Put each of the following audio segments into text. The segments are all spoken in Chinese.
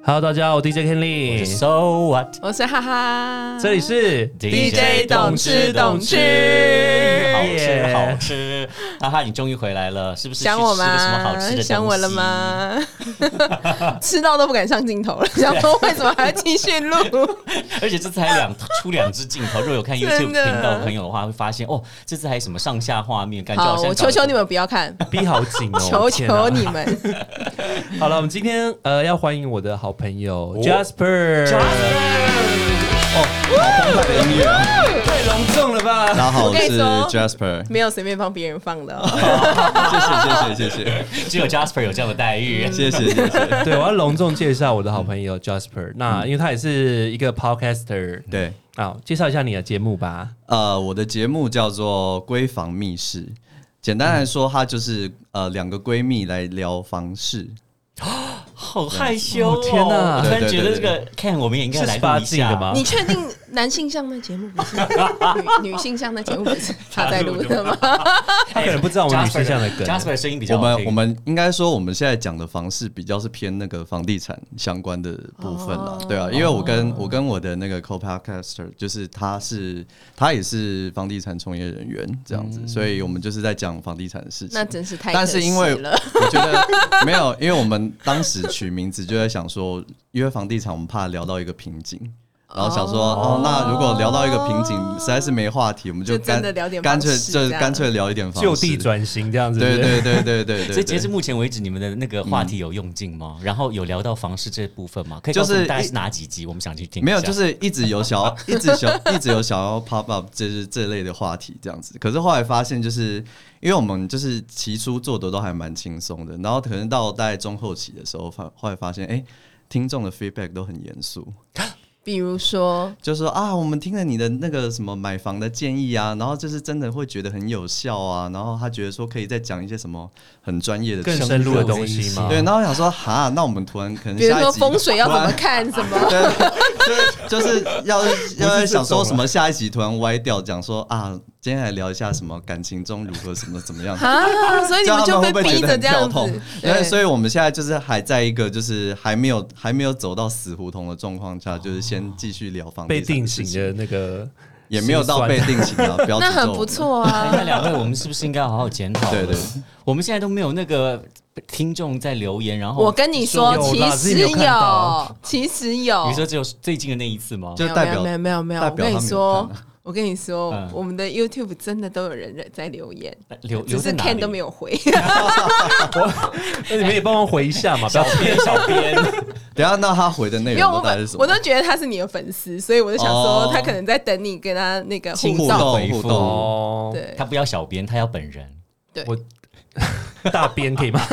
Hello， 大家好，我 DJ Kenny， 我是 So What， 我是哈哈， 这里是 DJ 懂吃懂吃， 好吃好吃。哈哈，你终于回来了，是不是？ 想我吗？ 去吃了什么好吃的东西？ 想我了吗？吃到都不敢上镜头了，想说为什么还要继续录？ 而且这次还出两支镜头，如果有看 YouTube 频道的朋友的话，会发现哦，这次还有什么上下画面，感觉好像我求求你们不要看， 逼好紧哦， 求求你们。 好了，我们今天要欢迎我的好朋友 Jasper。 哦，好澎湃的音乐啊！ 太隆重了吧！ 大家好，我是我跟你说 Jasper， 没有随便帮别人放的哦。 谢谢， 只有 Jasper 有这样的待遇。 谢谢。 对，我要隆重介绍我的好朋友 Jasper。那因为他也是一个 podcaster， 对， 好，介绍一下你的节目吧。 我的节目叫做《闺房密室》，简单来说，它就是两个闺蜜来聊房事。 好害羞哦！ 天哪我突然觉得这个看我们也应该来录一下的吗？ 你确定男性向的节目不是女性向的节目不是他在录的吗？ 他可能不知道我们女性向的梗。 Jasper 声音比较好听。 我们应该说，我们现在讲的房事比较是偏那个房地产相关的部分啦，对啊，因为我跟我的那个 co-podcaster， 就是他也是房地产从业人员这样子，所以我们就是在讲房地产的事情。 那真是太但可惜了。 是因为我觉得没有，因为我们当时取名字就在想说，因为房地产我们怕聊到一个瓶颈。然后想说，那如果聊到一个瓶颈，实在是没话题，我们就真的聊点干脆聊一点房事， 就地转型这样子。 对。 所以截至目前为止，你们的那个话题有用尽吗？然后有聊到房事这部分吗？可以告诉我们大概是哪几集？我们想去听。 没有，就是一直有想要 pop up 这类的话题这样子。可是后来发现，就是因为我们就是起初做的都还蛮轻松的，然后可能到大概中后期的时候，后来发现，听众的 feedback 都很严肃。 比如说， 就说啊，我们听了你的那个什么买房的建议啊，然后就是真的会觉得很有效啊，然后他觉得说可以再讲一些什么很专业的、 更深入的东西吗？ 对，然后想说哈，那我们突然可能比如说风水要怎么看什么？ 对，就是要想说什么下一集突然歪掉，讲说啊，今天来聊一下什么感情中如何什么怎么样啊，所以你们就被逼着这样子。 对，所以我们现在就是还在一个就是还没有走到死胡同的状况下，就是先继续聊房地产被定型的那个， 也没有到被定型啊，不要那很不错啊。 那两位，我们是不是应该好好检讨？ 对， 我们现在都没有那个听众在留言，然后我跟你说，其实有。 你说只有最近的那一次吗？ 就代表没有。我跟你说，我们的 YouTube 真的都有人在留言，只是 Ken 都没有回。 那你们也帮忙回一下嘛， 小编。 等一下，那他回的内容大概是什么？ 我都觉得他是你的粉丝，所以我就想说，他可能在等你跟他那个互动。对， 他不要小编，他要本人。 对， 我大编可以吗？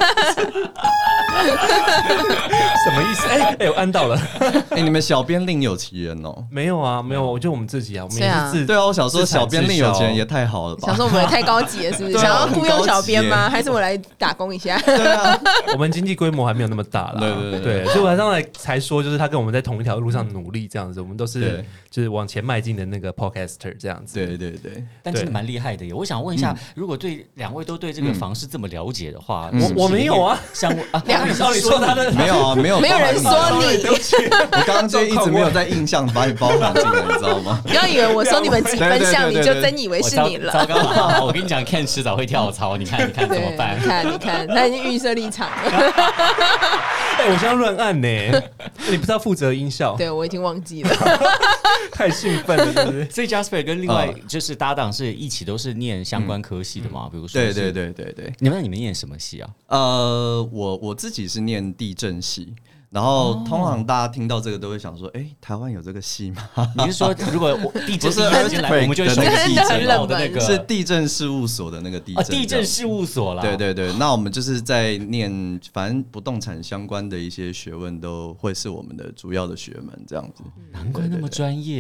什么意思？我按到了。 你们小编另有其人哦？ 没有啊，没有，我就我们自己啊，我们也是对啊，我想说小编另有其人也太好了吧？ 想说我们也太高级了，是不是？想要雇佣小编吗？还是我来打工一下？ 对啊， 我们经济规模还没有那么大啦。对，所以我刚才才说，就是他跟我们在同一条路上努力这样子，我们都是就是往前迈进的那个 podcaster 这样子。 对， 但真的蛮厉害的耶！我想问一下，如果两位都对这个房事这么了解的话， 我没有啊， 像我你说他的没有啊，没有人说你， 我刚刚就一直没有在印象把你包含进来，你知道吗？ 不要以为我说你们几分像，你就真以为是你了。 糟糕！我跟你讲，Ken 迟早会跳槽，你看怎么办？ 你看，他已经预设立场了。 我现在乱按呢，你不是要负责音效？ 对，我已经忘记了。 太兴奋了，是不是？ 所以 Jasper 跟另外就是搭档是一起都是念相关科系的嘛？比如说， 对。 你们念什么系啊？ 我自己是念地震系。然后通常大家听到这个都会想说，台湾有这个系吗？ 你是说如果地震是我们就会说地震的那个是地震事务所的那个地震地震事务所啦。 对，那我们就是在念，反正不动产相关的一些学问都会是我们的主要的学门，这样子。 难怪那么专业。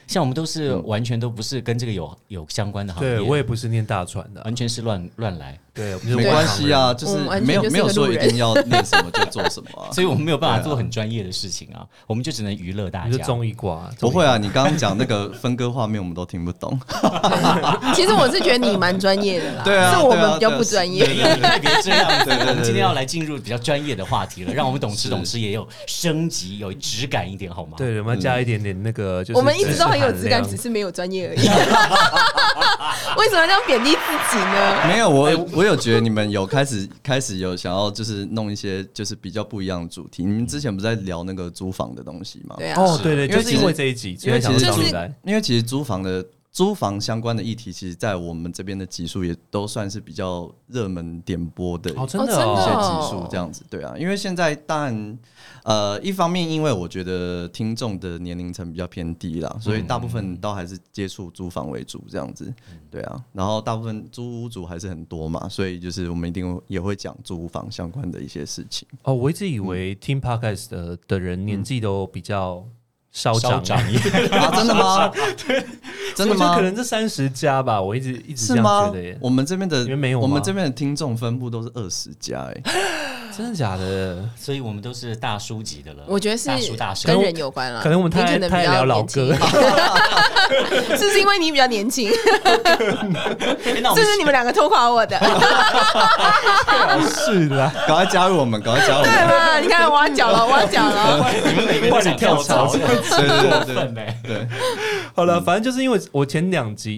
像我们都是完全都不是跟这个有相关的行业， 对我也不是念大传的， 完全是乱来。 对， 没关系啊，就是没有说一定要念什么就做什么啊， 所以我们没有办法做很专业的事情啊，我们就只能娱乐大家。 你就综艺挂， 不会啊，你刚刚讲那个分割画面，我们都听不懂。 其实我是觉得你蛮专业的啦， 对啊， 是我们比较不专业。 别这样子，我们今天要来进入比较专业的话题了，让我们懂吃也有升级，有质感一点好吗？ 对，我们要加一点点那个，就是我们一直都很有质感，只是没有专业而已。为什么这样贬低自己呢？ 没有，我有觉得你们有开始有想要就是弄一些就是比较不一样的主题。你们之前不是在聊那个租房的东西吗？ 对啊， 哦，对，就是因为这一集，因为其实租房相关的议题，其实在我们这边的集数也都算是比较热门点播的一些集数，这样子。对啊，因为现在当然一方面因为我觉得听众的年龄层比较偏低啦，所以大部分都还是接触租房为主这样子。对啊，然后大部分租屋主还是很多嘛，所以就是我们一定也会讲租屋房相关的一些事情。 哦，我一直以为听 podcast 的人年纪都比较稍长一点啊，真的吗？对，真的吗？ 可能这30加吧，我一直这样觉得耶。 我们这边的没有， 我们这边的听众分布都是20加， 真的假的？ 所以我们都是大叔级的了。 我觉得是大叔跟人有关了， 可能我们太聊老歌， 是不是因为你比较年轻？这是你们两个拖垮我的。 是的， 赶快加入我们，赶快加入我们。 对吗？你看挖角了， 你们每个人都想跳槽， 对， 好了，反正就是因为我前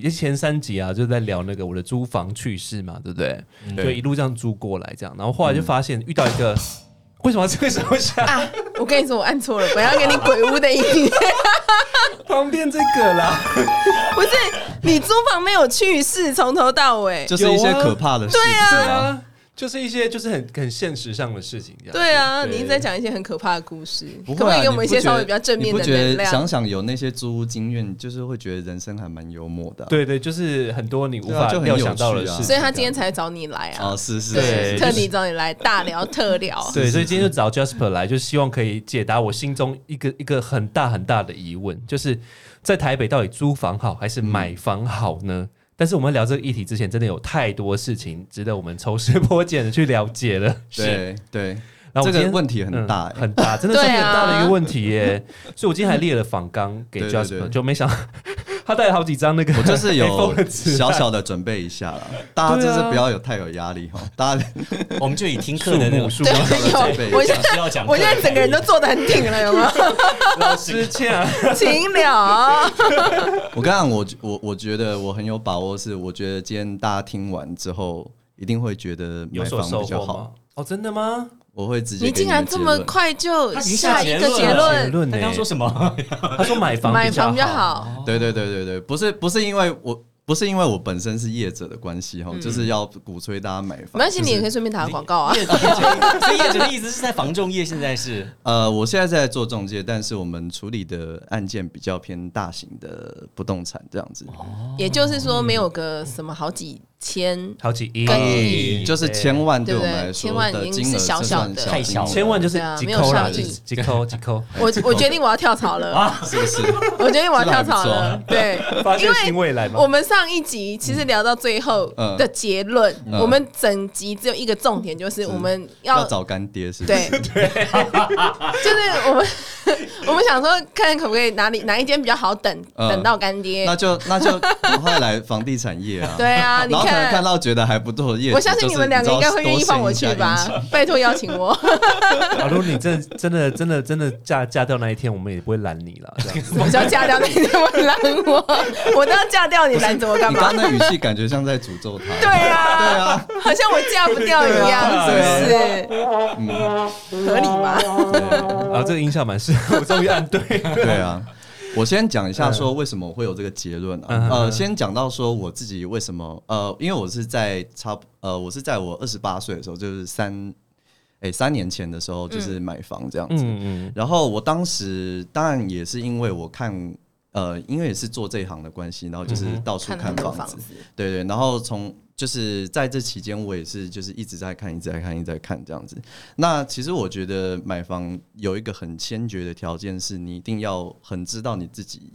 3集啊，就在聊那个我的租房趣事嘛，对不对？就一路这样租过来，这样，然后后来就发现遇到一个，为什么这个时候下？ 我跟你说，我按错了，我要给你鬼屋的音乐。 旁边这个啦， 不是你租房没有趣事，从头到尾就是一些可怕的事， 对啊。就是一些就是很现实上的事情， 对啊，你一直在讲一些很可怕的故事，可不可以给我们一些稍微比较正面的能量？ 你不觉得想想有那些租屋经验，就是会觉得人生还蛮幽默的？ 对，就是很多你无法料想到的事情， 所以他今天才找你来啊！ 哦，是， 特地找你来大聊特聊。 对，所以今天就找 Jasper 来，就希望可以解答我心中一个很大很大的疑问，就是在台北到底租房好还是买房好呢？但是我们聊这个议题之前，真的有太多事情值得我们抽丝剥茧的去了解了。 对， 然后这个问题很大， 很大，真的是很大的一个问题耶。所以我今天还列了访纲给 Jasper， 就没想到他带了好几张那个， 我就是有小小的准备一下啦，大家就是不要太有压力哈。大家我们就以听课的那种对，我现在整个人都坐得很挺了，有吗？ 老师请了。 我刚刚我觉得我很有把握，是我觉得今天大家听完之后一定会觉得买房比较好。 哦，真的吗？ 我会直接你竟然这么快就下一个结论？ 他刚说什么？ 他说买房比较好。 对，不是因为我本身是业者的关系哈，就是要鼓吹大家买房。 没关系，你也可以顺便打个广告啊。 所以业者的意思是在房仲业，现在是我现在在做中介，但是我们处理的案件比较偏大型的不动产这样子。 也就是说，没有个什么好几千、 好几亿， 就是千万对我们来说， 千万已经是小小的， 太小了， 千万就是几扣啦，几扣。 我决定我要跳槽了， 是不是？ 我决定我要跳槽了，对， 因为新未来嘛。 我们上一集其实聊到最后的结论，我们整集只有一个重点，就是我们要找干爹，是不是？对，就是我们想说，看可不可以哪一间比较好等到干爹， 那就赶快来房地产业啊！ 对啊，你看到觉得还不错的业， 我相信你们两个应该会愿意放我去吧？拜托邀请我。 如果你真的嫁掉那一天，我们也不会拦你了。 我就要嫁掉那一天，会拦我，我都要嫁掉你，拦着我干嘛？ 你刚刚的语气感觉像在诅咒他。 对啊，好像我嫁不掉一样，是不是？合理吧？ 啊，这个音效蛮适合，我终于按对。 对啊。我先讲一下说为什么我会有这个结论啊。先讲到说我自己为什么因为我是在我我28岁的时候，就是3年前的时候，就是买房这样子。然后我当时当然也是因为我看因为也是做这一行的关系，然后就是到处看房子，对，然后就是在这期间，我也是就是一直在看这样子。那其实我觉得买房有一个很先决的条件是，你一定要很知道你自己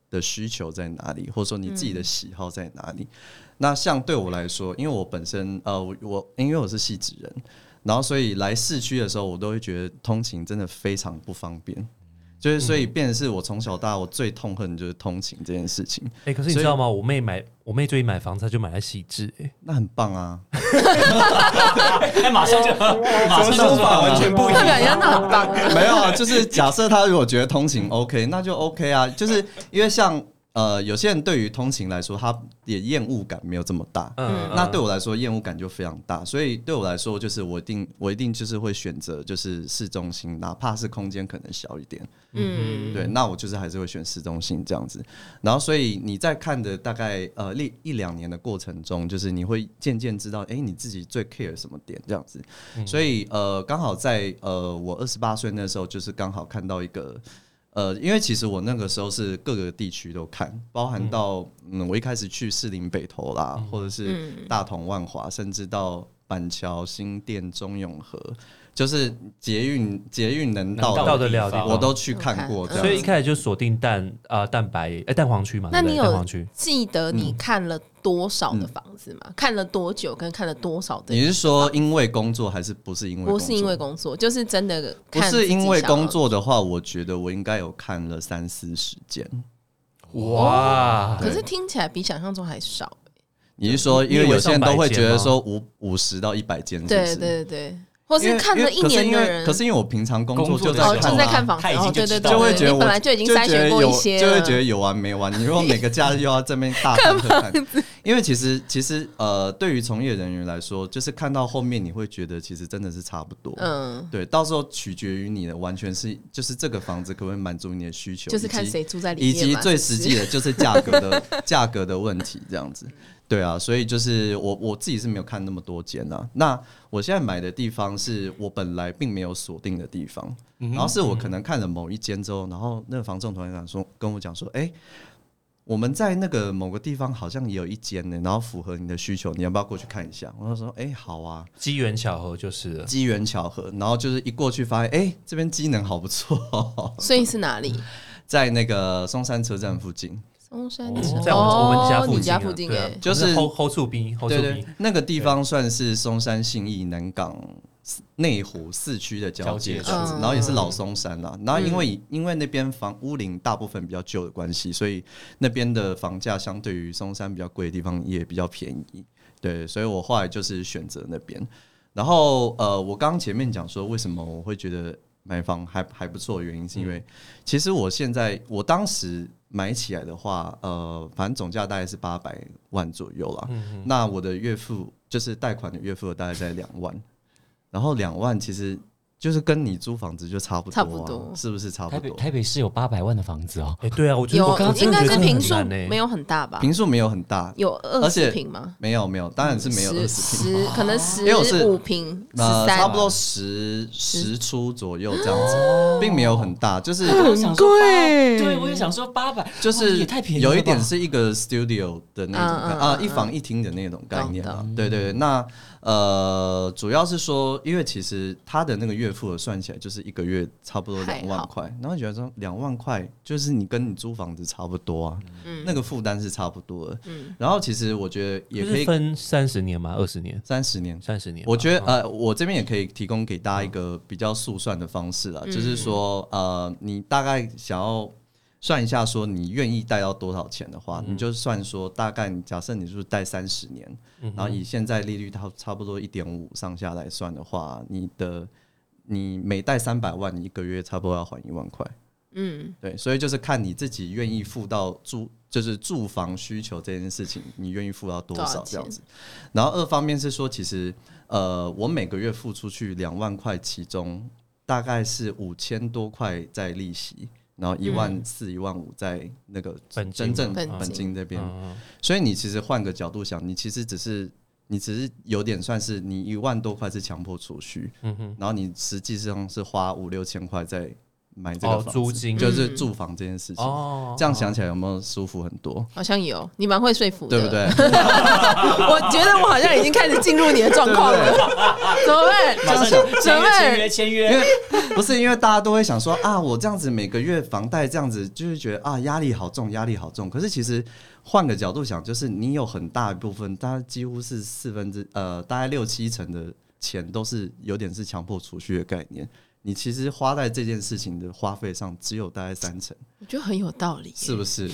的需求在哪里，或者说你自己的喜好在哪里。那像对我来说，因为我本身因为我是汐止人，然后所以来市区的时候，我都会觉得通勤真的非常不方便。就是所以变成是我从小到大我最痛恨的就是通勤这件事情。 可是你知道吗？我妹最近买房子，她就买在汐止， 那很棒啊！ 马上就说法完全不一样， 感觉那很棒。 没有啊，就是假设他如果觉得通勤 OK， 那就 OK 啊。就是因为像有些人对于通勤来说，他也厌恶感没有这么大。那对我来说，厌恶感就非常大。所以对我来说，就是我一定就是会选择就是市中心，哪怕是空间可能小一点。对，那我就是还是会选市中心这样子。然后，所以你在看的大概1-2年的过程中，就是你会渐渐知道，你自己最 care 什么点这样子。所以刚好在我28岁那时候，就是刚好看到一个。因为其实我那个时候是各个地区都看，包含到我一开始去士林北投啦，或者是大同万华，甚至到板桥、新店、中永和，就是捷运能到得了的地方， 我都去看过。 所以一开始就锁定蛋黄区嘛。 那你有记得你看了多少的房子吗？看了多久？跟看了多少的？ 你是说因为工作还是不是因为工作？ 不是因为工作，就是真的看。 不是因为工作的话，我觉得我应该有看了30-40间。 哇！ 可是听起来比想象中还少。 你是说，因为有些人都会觉得说50到100间， 对对对。或是看了1年的人， 可是因为我平常工作就在看房子， 对对对， 就会觉得你本来就已经筛选过一些， 就会觉得有完没完。你如果每个假日又要这边大看特看，因为其实对于从业人员来说，就是看到后面你会觉得其实真的是差不多。对，到时候取决于你的，完全是就是这个房子可不可以满足你的需求， 就是看谁住在里面， 以及最实际的就是价格的问题，这样子。对啊，所以就是我自己是没有看那么多间啊。那我现在买的地方是我本来并没有锁定的地方，然后是我可能看了某一间之后，然后那个房仲突然跟我讲说，我们在那个某个地方好像也有一间呢，然后符合你的需求，你要不要过去看一下？我就说，好啊， 机缘巧合就是了。 机缘巧合，然后就是一过去发现，这边机能好不错。 所以是哪里？ 在那个松山车站附近。 松山在我们家附近， 你家附近就是后厝边， 对，那个地方算是松山信义南港内湖4区的交界处，然后也是老松山啦。然后因为那边屋龄大部分比较旧的关系，所以那边的房价相对于松山比较贵的地方也比较便宜。对，所以我后来就是选择那边。然后我刚刚前面讲说为什么我会觉得买房还不错的原因，是因为其实我当时买起来的话，反正总价大概是800万左右啦。那我的月付就是贷款的月付大概在2万，然后2万其实就是跟你租房子就差不多，是不是差不多？ 台北市有800万的房子哦。 对啊，我觉得我刚应该是坪数没有很大吧？ 坪数没有很大， 有20坪吗？ 没有，当然是没有20坪， 可能15坪，13， 差不多10出左右这样子，并没有很大，就是很贵。 对，我也想说800， 就是也太便宜了吧， 有一点是一个 studio 的那种1房1厅的那种概念啊。对对，那主要是说，因为其实他的那个月付算起来就是1个月差不多2万块，然后觉得说2万块就是你跟你租房子差不多啊，那个负担是差不多的。然后其实我觉得也可以分30年嘛，20年 ，30年。 我觉得我这边也可以提供给大家一个比较速算的方式啦，就是说你大概想要算一下，说你愿意贷到多少钱的话，你就算说大概假设你是贷30年，然后以现在利率差不多1.5上下来算的话，你每贷300万，你1个月差不多要还1万块。对，所以就是看你自己愿意付到就是住房需求这件事情，你愿意付到多少这样子。然后2方面是说，其实我每个月付出去2万块，其中大概是5000多块在利息，然后14000、15000在那个真正本金这边。所以你其实换个角度想，你其实只是有点算是你1万多块是强迫储蓄，然后你实际上是花5-6千块在买这个房子， 租金就是住房这件事情。这样想起来有没有舒服很多？ 好像有，你蛮会说服的， 对不对？ 我觉得我好像已经开始进入你的状况了，怎么办？ 马上怎么办？ 签约， 不是因为大家都会想说啊，我这样子每个月房贷这样子，就是觉得啊压力好重，压力好重。可是其实换个角度想，就是你有很大一部分，大概几乎是大概6-7成的钱都是有点是强迫储蓄的概念。你其实花在这件事情的花费上，只有大概3成， 我觉得很有道理， 是不是？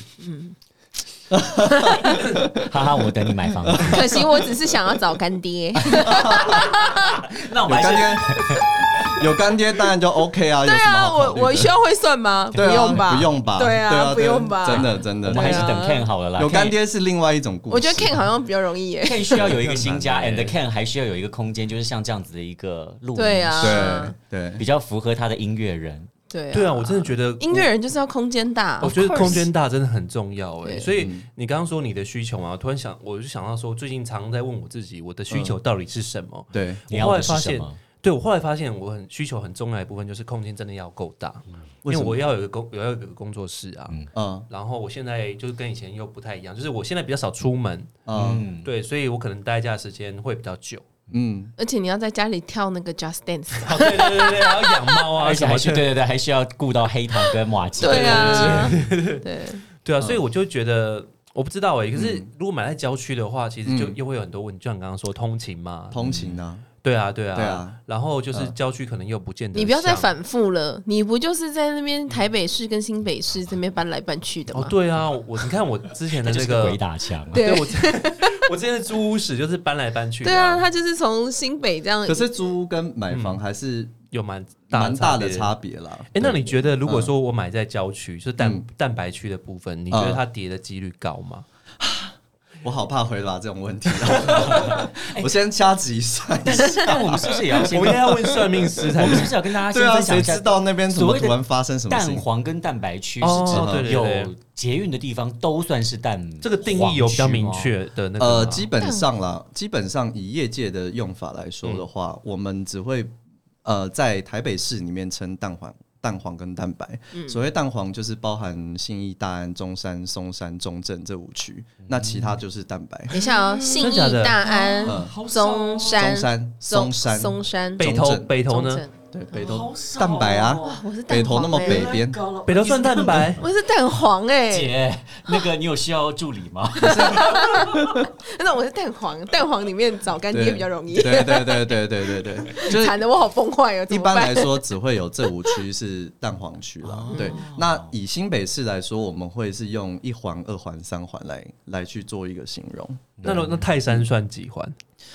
哈哈，我等你买房子。 可惜我只是想要找干爹。 那我们还是有干爹当然就 OK 啊。 对啊，我需要会算吗？不用吧， 不用吧。 对啊，不用吧。 真的， 我们还是等 Ken 好了啦。 有干爹是另外一种故事。 我觉得 Ken 好像比较容易耶。 Ken 需要有一个新家，and Ken 还需要有一个空间，就是像这样子的一个录音室， 对啊， 对， 比较符合他的音乐人。 对啊，我真的觉得音乐人就是要空间大。 我觉得空间大真的很重要所以你刚刚说你的需求嘛，突然我就想到说，最近常在问我自己，我的需求到底是什么？ 对， 你要的是什么？ 对，我后来发现，我需求很重要的一部分就是空间真的要够大，因为我要有一个工作室啊，然后我现在就是跟以前又不太一样，就是我现在比较少出门，对，所以我可能待在家的时间会比较久。 而且你要在家里跳那个 Just Dance， 对，还要养猫啊， 而且还需要顾到黑糖跟麻糬。 对啊， 对啊，所以我就觉得我不知道可是如果买在郊区的话，其实就又会有很多问题，就像刚刚说通勤嘛， 通勤啊。 对啊，然后就是郊区可能又不见得。 你不要再反复了，你不就是在那边台北市跟新北市这边搬来搬去的吗？ 对啊，你看我之前的那个鬼打墙， 对我之前的租屋史就是搬来搬去的。 对啊，他就是从新北这样。 可是租屋跟买房还是有蛮大的差别啦。 那你觉得如果说我买在郊区，就是蛋白区的部分，你觉得它跌的几率高吗？ 我好怕回答这种问题我先掐指一算一下。 但我们是不是也要先？ 我应该要问算命师才。 我们是不是要跟大家先分享一下？ 谁知道那边怎么突然发生什么事情？ 蛋黄跟蛋白区是指有捷运的地方都算是蛋黄区吗？ 这个定义有比较明确的那个基本上以业界的用法来说的话，我们只会在台北市里面称蛋黄跟蛋白，所谓蛋黄就是包含信义、大安、中山、松山、中正这5区，那其他就是蛋白。 等一下信义、大安、中山、松山、 北投呢？ 对，北投蛋白啊， 我是北投那么北边， 北投算蛋白， 我是蛋黄姐，那个你有需要助理吗？ 那我是蛋黄里面找干爹比较容易。 对， 就是惨的我好崩坏哦。 一般来说，只会有这5区是蛋黄区啦。对，那以新北市来说，我们会是用1环、2环、3环来去做一个形容。 那泰山算几环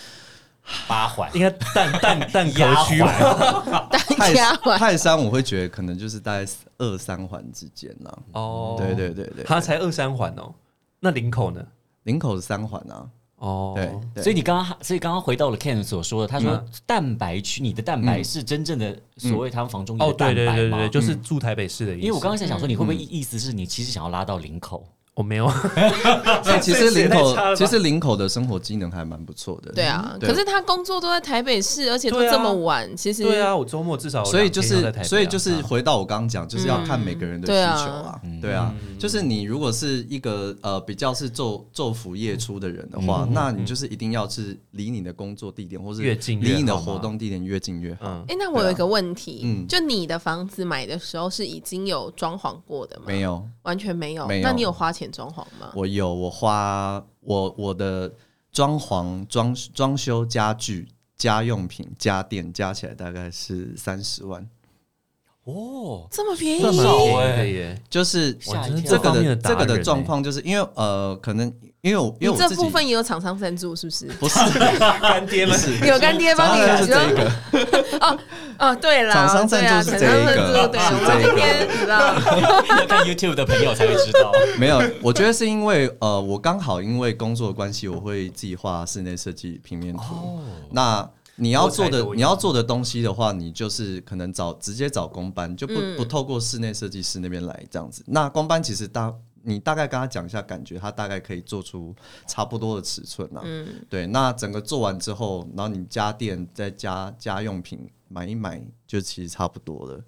？8环， 应该蛋壳区吧？ 泰山我会觉得可能就是大概2、3环之间啦。对， 它才2、3环哦。那林口呢？ 林口是3环啊。对， 所以刚刚回到了 Ken 所说的，他说蛋白区，你的蛋白是真正的所谓他们房中的蛋白吗？ 对，就是住台北市的意思。 因为我刚刚在想说，你会不会意思是你其实想要拉到林口？ 我没有。 其实林口的生活机能还蛮不错的。 对啊，可是他工作都在台北市，而且都这么晚，其实对啊，我周末至少所以就是回到我刚刚讲，就是要看每个人的需求啊。对啊，就是你如果是一个比较是昼伏夜出的人的话，那你就是一定要是离你的工作地点或是离你的活动地点越近越好。 那我有一个问题，就你的房子买的时候是已经有装潢过的吗？ 没有， 完全没有。那你有花钱装潢吗？ 我花我的装潢、装修、家具、家用品、家电加起来大概是30万。 哦， 这么便宜， 这么便宜耶！ 就是这个的状况，就是因为可能因为我这部分也有厂商赞助，是不是？ 不是干爹吗？ 有干爹帮你是这个哦，对啦， 厂商赞助是这个， 对，我们今天知道， 要看 YouTube 的朋友才会知道。 没有，我觉得是因为我刚好因为工作的关系，我会自己画室内设计平面图。那你要做的东西的话，你就是可能直接找工班，就不透过室内设计师那边来这样子。那工班其实你大概跟他讲一下，感觉他大概可以做出差不多的尺寸啊。对，那整个做完之后，然后你家电再加家用品买一买，就其实差不多了。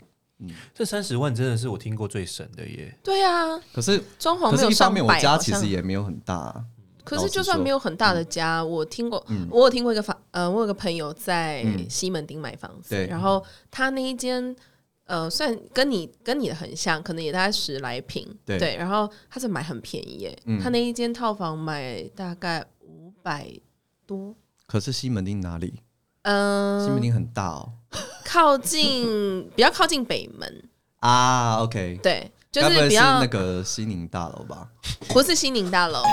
这30万真的是我听过最省的耶。 对啊， 可是装潢没有一方面我家其实也没有很大。 可是就算没有很大的家，我有听过一个我有个朋友在西门町买房子，然后他那一间算跟你的很像，可能也大概10来坪，对，然后他是买很便宜耶，他那一间套房买大概500多。 可是西门町哪里？西门町很大哦， 比较靠近北门啊。OK， 对。就是比较那个西宁大楼吧？ 不是西宁大楼，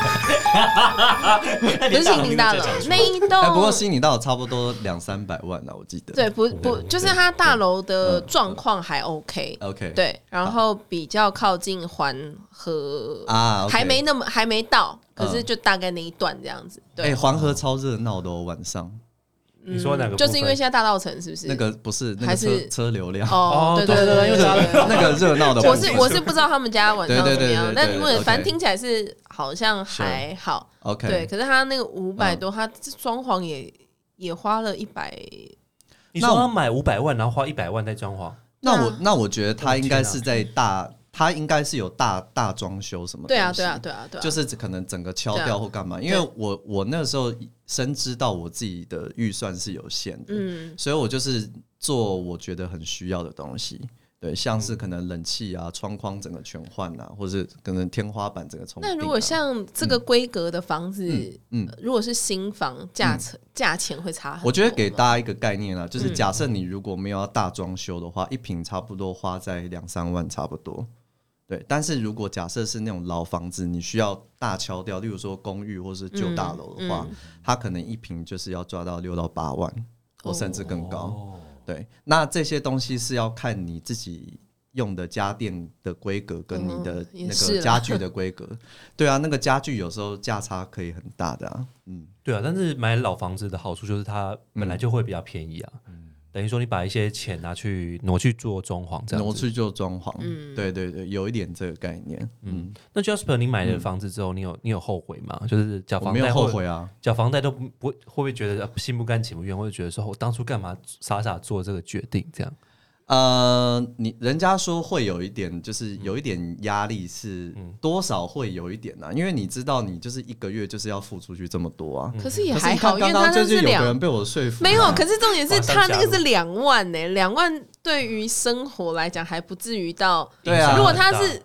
不是西宁大楼那一栋。 不过西宁大楼差不多200-300万我记得。 对，不，就是它大楼的状况还 OK， 对，然后比较靠近环河啊，还没到，可是就大概那一段这样子。对， 环河超热闹的晚上。 你说哪个？ 就是因为现在大稻埕是不是？ 那个不是，那个车流量对， 那个热闹的。 我是不知道他们家晚上怎么样，但如果反正听起来是好像还好。 OK， 对，可是他那个500多，他装潢也花了100。 你说他买500万，然后花100万在装潢？ 那我觉得他应该是在他应该是有大装修什么的。 对啊， 就是可能整个敲掉或干嘛。因为我那时候深知到我自己的预算是有限的，所以我就是做我觉得很需要的东西。对，像是可能冷气啊、窗框整个全换啊，或是可能天花板整个重。 那如果像这个规格的房子，如果是新房，价钱会差很多。 我觉得给大家一个概念啊，就是假设你如果没有要大装修的话，1坪差不多花在2-3万差不多。对，但是如果假设是那种老房子，你需要大敲掉，例如说公寓或是旧大楼的话，它可能1坪就是要抓到6到8万，或甚至更高。对，那这些东西是要看你自己用的家电的规格跟你的那个家具的规格。对啊，那个家具有时候价差可以很大的啊。 对啊，但是买老房子的好处就是它本来就会比较便宜啊。等于说你把一些钱挪去做装潢，这样子挪去做装潢，对，有一点这个概念。 那 Jasper 你买了房子之后，你有后悔吗？就是缴房贷， 我没有后悔啊， 缴房贷都不会不会觉得心不甘情不愿，或者觉得说我当初干嘛傻做这个决定这样？ 人家说会有一点，就是有一点压力是多少会有一点啊，因为你知道你就是1个月就是要付出去这么多啊。 可是也还好，因为他就是有个人被我说服， 没有。可是重点是他那个是2万呢，2万对于生活来讲还不至于到。 对啊， 如果他是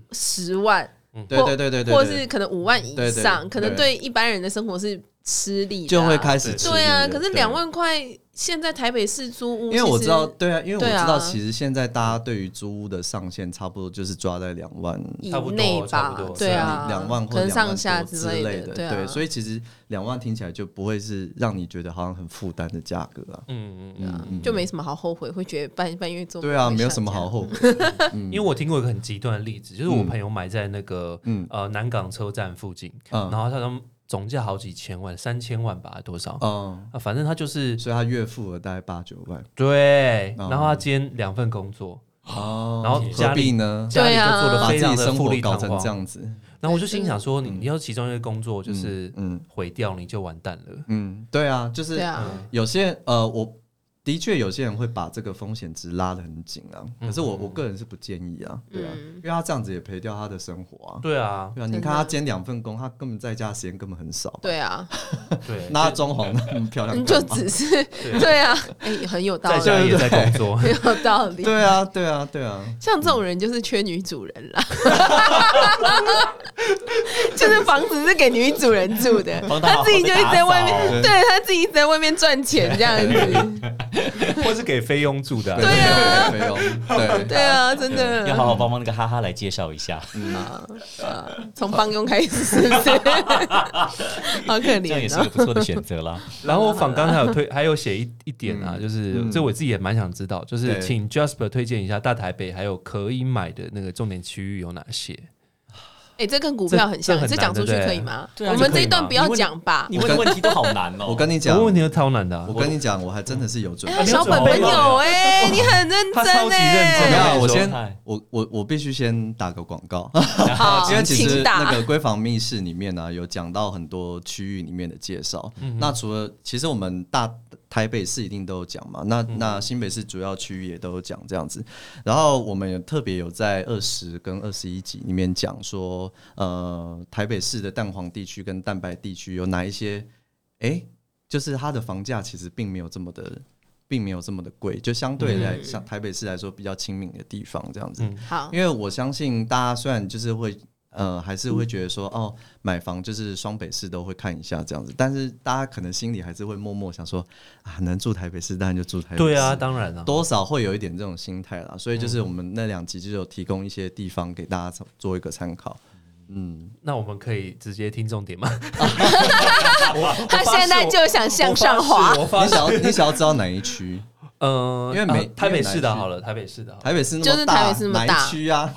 10万， 对， 或是可能5万以上，可能对一般人的生活是吃力的， 就会开始吃力。 对啊，可是2万块。现在台北市租屋， 因为我知道，对啊，因为我知道，其实现在大家对于租屋的上限差不多就是抓在2万以内吧，对啊 ，2万或者2万多之类的， 对， 所以其实2万听起来就不会是让你觉得好像很负担的价格啊， 就没什么好后悔，会觉得半月做对啊，没有什么好后悔， 因为我听过一个很极端的例子，就是我朋友买在那个南港车站附近，然后他总价好几千万，3000万吧，多少？反正他就是， 所以他月付了大概8-9万。 对，然后他兼2份工作，然后何必呢？ 家里就做的非常的富丽堂皇， 搞成这样子。 然后我就心想说，你要其中一个工作就是毁掉，你就完蛋了。 对啊，就是有些我。的确，有些人会把这个风险值拉得很紧啊，可是我个人是不建议啊，对啊，因为他这样子也赔掉他的生活啊， 对啊， 你看他兼2份工，他根本在家的时间根本很少， 对啊， 对， 那装潢那么漂亮， 你就只是对啊，很有道理， 在家也在工作， 很有道理， 对啊， 像这种人就是缺女主人啦，就是房子是给女主人住的，他自己就一直在外面，对他自己一直在外面赚钱这样子。 或是给菲佣住的， 对啊， 菲佣， 对啊，真的要好好帮那个哈哈来介绍一下， 从帮佣开始，是不是？好可怜， 这样也是个不错的选择啦。 然后我访刚还有写一点啊，就是这我自己也蛮想知道，就是请 Jasper 推荐一下大台北还有可以买的那个重点区域有哪些？ 这跟股票很像，这讲出去可以吗？我们这一段不要讲吧。 你问的问题都好难哦。 我跟你讲， 问题都超难的。 我跟你讲，我还真的是有准备。小本本有你很认真哎。 我必须先打个广告， 因为其实那个闺房密室里面呢，有讲到很多区域里面的介绍。那除了其实我们台北市一定都有讲嘛，那新北市主要区域也都有讲这样子。然后我们也特别有在20跟21集里面讲说，台北市的蛋黄地区跟蛋白地区有哪一些，就是它的房价其实并没有这么的贵，就相对来像台北市来说比较亲民的地方这样子。 好， 因为我相信大家虽然就是会。还是会觉得说买房就是双北市都会看一下这样子，但是大家可能心里还是会默默想说能住台北市当然就住台北市。 对啊，当然了， 多少会有一点这种心态啦，所以就是我们那2集就有提供一些地方给大家做一个参考。 那我们可以直接听重点吗？ 他现在就想向上滑。 你想要知道哪一区？因为台北市的好了，台北市的好了， 台北市那么大， 就是台北市那么大哪一区啊？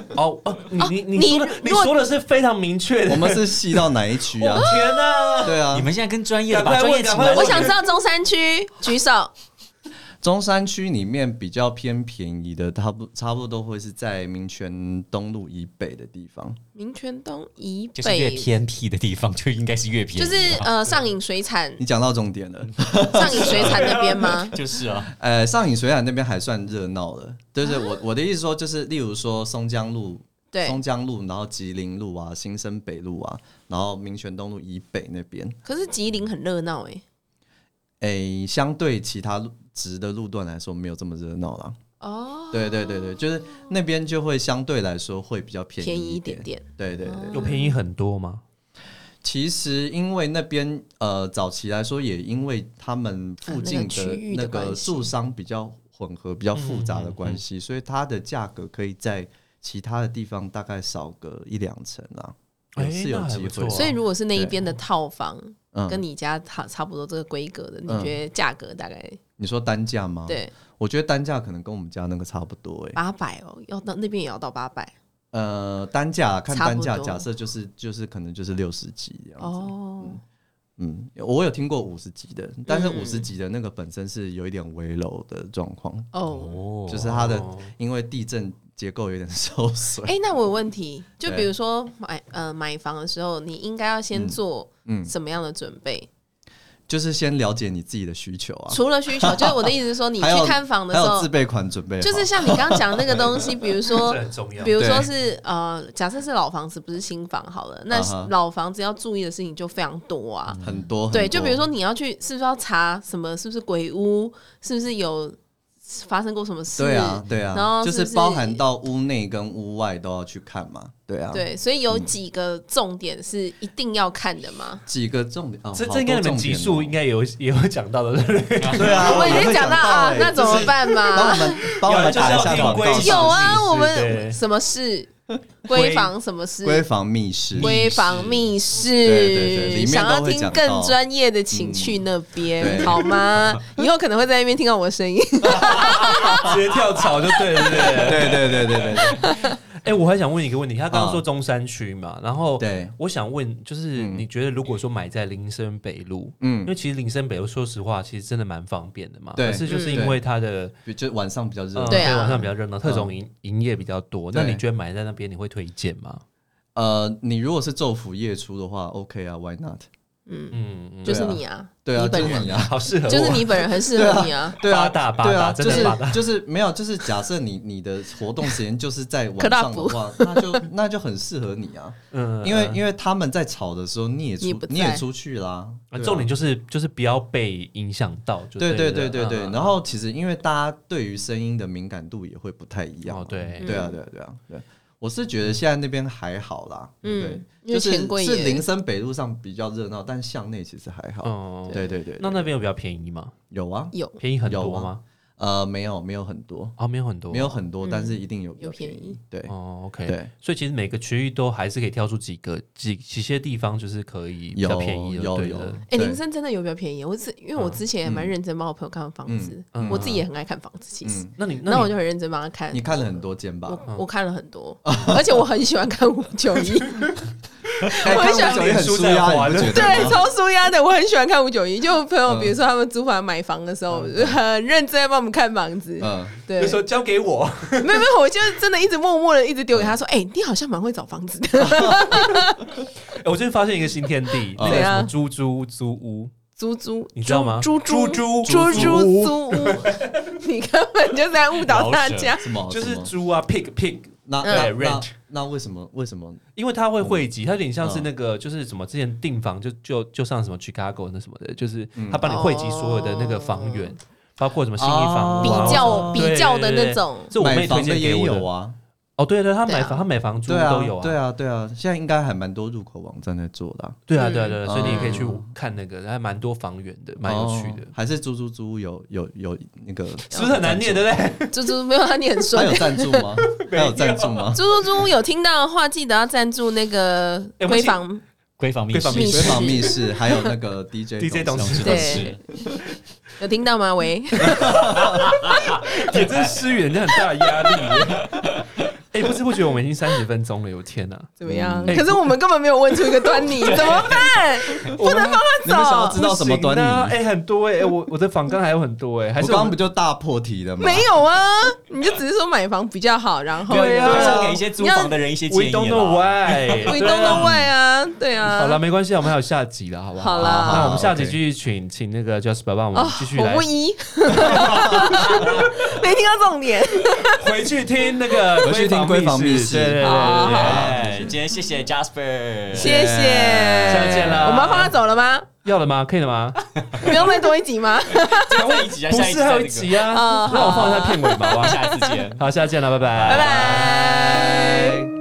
你说的是非常明确的， 我们是细到哪一区啊？ 天哪！ 对啊， 你们现在跟专业的把专业请来， 我想知道中山区，举手。 中山区里面比较偏便宜的，差不多都会是在民权东路以北的地方。 民权东以北就是越偏僻的地方，就应该是越便宜。 就是上引水产， 你讲到重点了。 上引水产那边吗？ 就是啊， 上引水产那边还算热闹了。就是我的意思说，就是例如说松江路，然后吉林路啊、新生北路啊，然后民权东路以北那边。 可是吉林很热闹相对其他直的路段来说，没有这么热闹啦。对，就是那边就会相对来说会比较便宜一点点。对， 有便宜很多吗？ 其实因为那边早期来说，也因为他们附近的那个住商比较混合、比较复杂的关系，所以它的价格可以在其他的地方大概少个1-2成啦。是有机会。 所以如果是那一边的套房跟你家差不多这个规格的，你觉得价格大概？ 你说单价吗？ 对， 我觉得单价可能跟我们家那个差不多 800要到那边也要到800。 单价看单价，假设就是可能就是60几这样子。我有听过50几的，但是50几的那个本身是有一点危楼的状况就是它的因为地震结构有点受损。 那我有问题，就比如说买房的时候，你应该要先做什么样的准备？ 就是先了解你自己的需求啊。 除了需求，就是我的意思是说，你去看房的时候， 还有自备款准备好。 就是像你刚刚讲的那个东西，比如说，是假设是老房子，不是新房好了，那老房子要注意的事情就非常多啊， 很多。 对，就比如说你要去，是不是要查什么？是不是鬼屋？是不是有发生过什么事？ 对啊，然后就是包含到屋内跟屋外都要去看嘛。对啊， 对，所以有几个重点是一定要看的吗？ 几个重点这应该你们集数应该也有讲到的，对不对？ 对啊， 我们已经讲到那怎么办嘛？ 帮我们打一下广告。 有啊，我们什么事？闺房什么事？ 闺房密室。 闺房密室， 对， 想要听更专业的，请去那边好吗？以后可能会在那边听到我的声音，直接跳槽就对了， 对。 我还想问一个问题，他刚刚说中山区嘛，然后我想问，就是你觉得如果说买在林森北路，因为其实林森北路说实话，其实真的蛮方便的嘛，可是就是因为它的就晚上比较热闹， 对啊， 晚上比较热闹，特种营业比较多，那你觉得买在那边你会推荐吗？ 你如果是昼伏夜出的话 ，OK 啊 ，Why not？ 就是你啊， 对啊， 你本人啊， 好适合， 就是你本人很适合你啊， 对啊， 八大， 就是没有，就是假设你的活动时间就是在晚上的话，那就很适合你啊，因为他们在吵的时候，你也出去啦， 重点就是不要被影响到， 对，然后其实因为大家对于声音的敏感度也会不太一样，对。我是觉得现在那边还好啦，对，就是林森北路上比较热闹，但巷内其实还好。对。 那边有比较便宜吗？ 有啊， 便宜很多吗？ 没有很多没有很多， 但是一定有便宜。 对 ，OK，对，所以其实每个区域都还是可以挑出几些地方就是可以比较便宜的。有， 林森真的有比较便宜。因为我之前也蛮认真帮我朋友看房子，我自己也很爱看房子。其实，那我就很认真帮他看。 你看了很多间吧？ 我看了很多，而且我很喜欢看591。我很喜欢很舒压， 对，超舒压的。我很喜欢看591，就朋友比如说他们租房买房的时候，很认真在帮我们看房子。对， 就说交给我。 没有，我就真的一直默默的一直丢给他说：“你好像蛮会找房子的。” 我最近发现一个新天地，那个什么租屋。 租， 你知道吗？ 猪租屋，你根本就在误导大家。 什么？ 就是猪啊 ，pig。 那为什么？ 因为它会汇集，它有点像是那个，就是什么之前订房就上什么 Chicago 那什么的，就是它帮你汇集所有的那个房源，包括什么信义房屋啊， 比较的那种。 这我妹推荐给我的啊。 哦，对，他买房租都有啊。 对啊，现在应该还蛮多入口网站在做的。 对啊，所以你也可以去看那个，还蛮多房源的，蛮有趣的。 还是猪有那个， 是不是很难念，对不对？ 猪没有他念很顺。 还有赞助吗？还有赞助吗？ 猪有听到的话，记得要赞助那个闺房密室，还有那个 DJ 董事， 对，有听到吗？喂， 也真是施予人家很大的压力。不知不觉我们已经30分钟了，我天哪！ 怎么样？可是我们根本没有问出一个端倪，怎么办？不能放他走。 你们想要知道什么端倪？ 很多我的访纲还有很多还是我刚刚不就大破题了吗？ 没有啊，你就只是说买房比较好，然后对啊，给一些租房的人一些建议。 We don't know why，We don't know why 啊，对啊。 好了，没关系，我们还有下集了，好不好？ 好了， 那我们下集继续请那个 Jasper 帮我们继续来。 我不依，没听到重点。 回去听那个闺房密室。 对，今天谢谢 Jasper， 谢谢， 下次见了。 我们要放他走了吗？ 要了吗？可以了吗？ 不用再多一集吗？ 再一集啊， 不是还有一集啊？让我放在片尾吧。 下次见， 好，下次见了，拜拜， 拜拜。